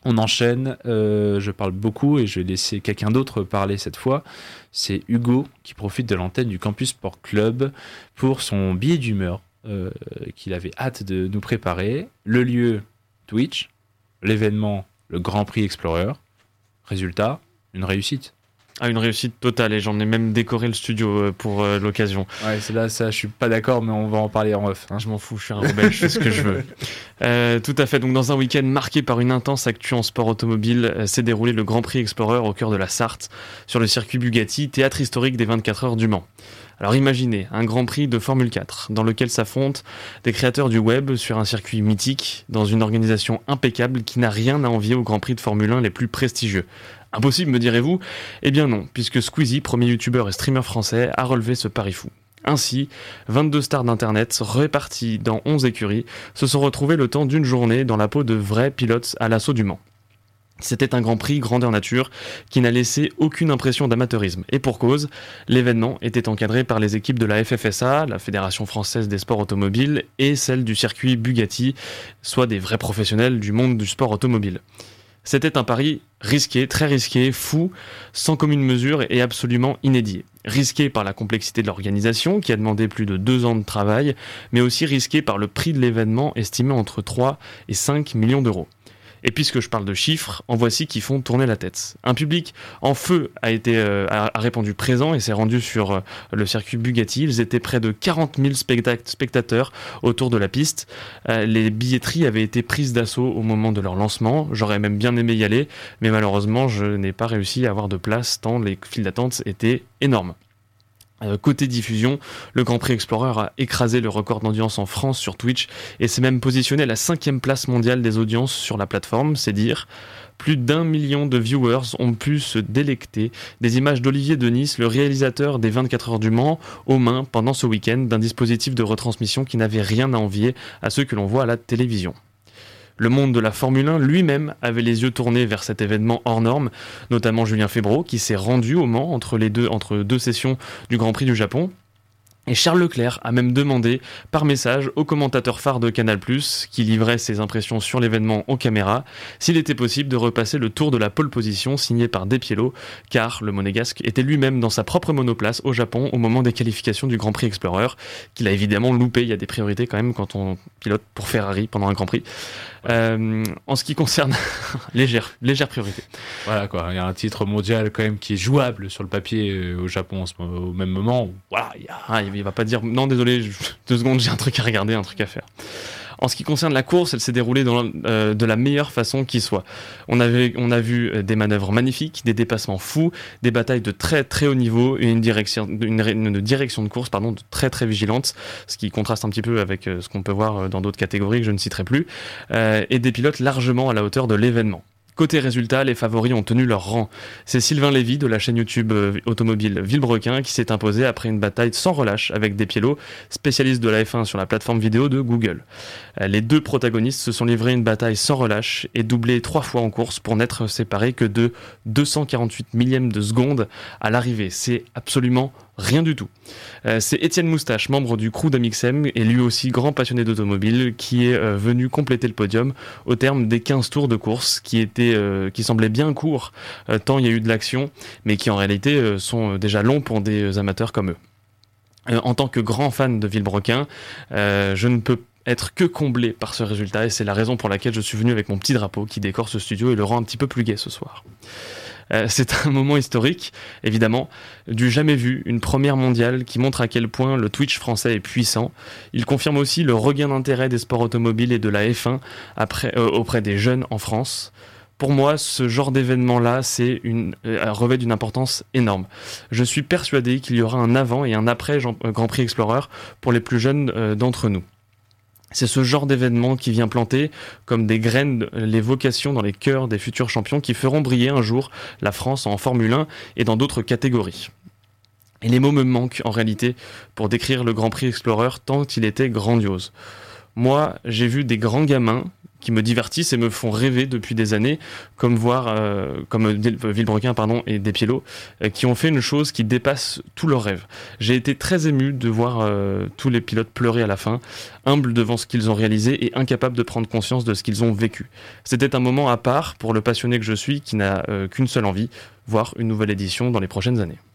On enchaîne, je parle beaucoup et je vais laisser quelqu'un d'autre parler cette fois. C'est Hugo qui profite de l'antenne du Campus Sport Club pour son billet d'humeur qu'il avait hâte de nous préparer. Le lieu, Twitch. L'événement, le Grand Prix Explorer. Résultat, une réussite. Ah, une réussite totale, et j'en ai même décoré le studio pour l'occasion. Ouais, c'est là, ça, je suis pas d'accord, mais on va en parler en off. Hein. Je m'en fous, je suis un rebelle, je fais ce que je veux. Tout à fait, donc dans un week-end marqué par une intense actu en sport automobile, s'est déroulé le Grand Prix Explorer au cœur de la Sarthe, sur le circuit Bugatti, théâtre historique des 24 heures du Mans. Alors imaginez un Grand Prix de Formule 4, dans lequel s'affrontent des créateurs du web sur un circuit mythique, dans une organisation impeccable qui n'a rien à envier aux Grand Prix de Formule 1 les plus prestigieux. Impossible, me direz-vous ? Eh bien non, puisque Squeezie, premier youtubeur et streamer français, a relevé ce pari fou. Ainsi, 22 stars d'internet, réparties dans 11 écuries, se sont retrouvés le temps d'une journée dans la peau de vrais pilotes à l'assaut du Mans. C'était un Grand Prix grandeur nature qui n'a laissé aucune impression d'amateurisme. Et pour cause, l'événement était encadré par les équipes de la FFSA, la Fédération Française des Sports Automobiles, et celle du circuit Bugatti, soit des vrais professionnels du monde du sport automobile. C'était un pari risqué, très risqué, fou, sans commune mesure et absolument inédit. Risqué par la complexité de l'organisation, qui a demandé plus de 2 ans de travail, mais aussi risqué par le prix de l'événement, estimé entre 3 et 5 millions d'euros. Et puisque je parle de chiffres, en voici qui font tourner la tête. Un public en feu a répondu présent et s'est rendu sur le circuit Bugatti. Ils étaient près de 40 000 spectateurs autour de la piste. Les billetteries avaient été prises d'assaut au moment de leur lancement. J'aurais même bien aimé y aller, mais malheureusement, je n'ai pas réussi à avoir de place tant les files d'attente étaient énormes. Côté diffusion, le Grand Prix Explorer a écrasé le record d'audience en France sur Twitch et s'est même positionné à la 5e place mondiale des audiences sur la plateforme, c'est dire. Plus d'1 million de viewers ont pu se délecter des images d'Olivier Denis, le réalisateur des 24 heures du Mans, aux mains pendant ce week-end d'un dispositif de retransmission qui n'avait rien à envier à ceux que l'on voit à la télévision. Le monde de la Formule 1 lui-même avait les yeux tournés vers cet événement hors norme, notamment Julien Febvreau qui s'est rendu au Mans entre deux sessions du Grand Prix du Japon. Et Charles Leclerc a même demandé par message au commentateur phare de Canal+, qui livrait ses impressions sur l'événement aux caméras, s'il était possible de repasser le tour de la pole position signé par Despiello, car le monégasque était lui-même dans sa propre monoplace au Japon au moment des qualifications du Grand Prix Explorer, qu'il a évidemment loupé. Il y a des priorités quand même quand on pilote pour Ferrari pendant un Grand Prix. En ce qui concerne légère priorité. Voilà quoi, il y a un titre mondial quand même qui est jouable sur le papier au Japon au même moment où, voilà, il va pas dire non désolé, 2 secondes, j'ai un truc à regarder, un truc à faire. En ce qui concerne la course, elle s'est déroulée de la meilleure façon qui soit. On a vu des manœuvres magnifiques, des dépassements fous, des batailles de très très haut niveau et une direction de course de très très vigilante, ce qui contraste un petit peu avec ce qu'on peut voir dans d'autres catégories que je ne citerai plus, et des pilotes largement à la hauteur de l'événement. Côté résultat, les favoris ont tenu leur rang. C'est Sylvain Lévy de la chaîne YouTube automobile Villebrequin qui s'est imposé après une bataille sans relâche avec Despiello, spécialiste de la F1 sur la plateforme vidéo de Google. Les 2 protagonistes se sont livrés une bataille sans relâche et doublés 3 fois en course pour n'être séparés que de 248 millièmes de seconde à l'arrivée. C'est absolument rien du tout. C'est Étienne Moustache, membre du crew d'Amixem et lui aussi grand passionné d'automobile, qui est venu compléter le podium au terme des 15 tours de course qui semblaient bien courts tant il y a eu de l'action, mais qui en réalité sont déjà longs pour des amateurs comme eux. En tant que grand fan de Villebrequin, je ne peux être que comblé par ce résultat et c'est la raison pour laquelle je suis venu avec mon petit drapeau qui décore ce studio et le rend un petit peu plus gai ce soir. C'est un moment historique, évidemment, du jamais vu, une première mondiale qui montre à quel point le Twitch français est puissant. Il confirme aussi le regain d'intérêt des sports automobiles et de la F1 auprès des jeunes en France. Pour moi, ce genre d'événement-là, revêt d'une importance énorme. Je suis persuadé qu'il y aura un avant et un après Grand Prix Explorer pour les plus jeunes d'entre nous. C'est ce genre d'événement qui vient planter, comme des graines, les vocations dans les cœurs des futurs champions qui feront briller un jour la France en Formule 1 et dans d'autres catégories. Et les mots me manquent en réalité pour décrire le Grand Prix Explorer tant il était grandiose. Moi, j'ai vu des grands gamins qui me divertissent et me font rêver depuis des années, comme Villebrequin et Despiello, qui ont fait une chose qui dépasse tous leurs rêves. J'ai été très ému de voir tous les pilotes pleurer à la fin, humbles devant ce qu'ils ont réalisé et incapables de prendre conscience de ce qu'ils ont vécu. C'était un moment à part pour le passionné que je suis, qui n'a qu'une seule envie, voir une nouvelle édition dans les prochaines années.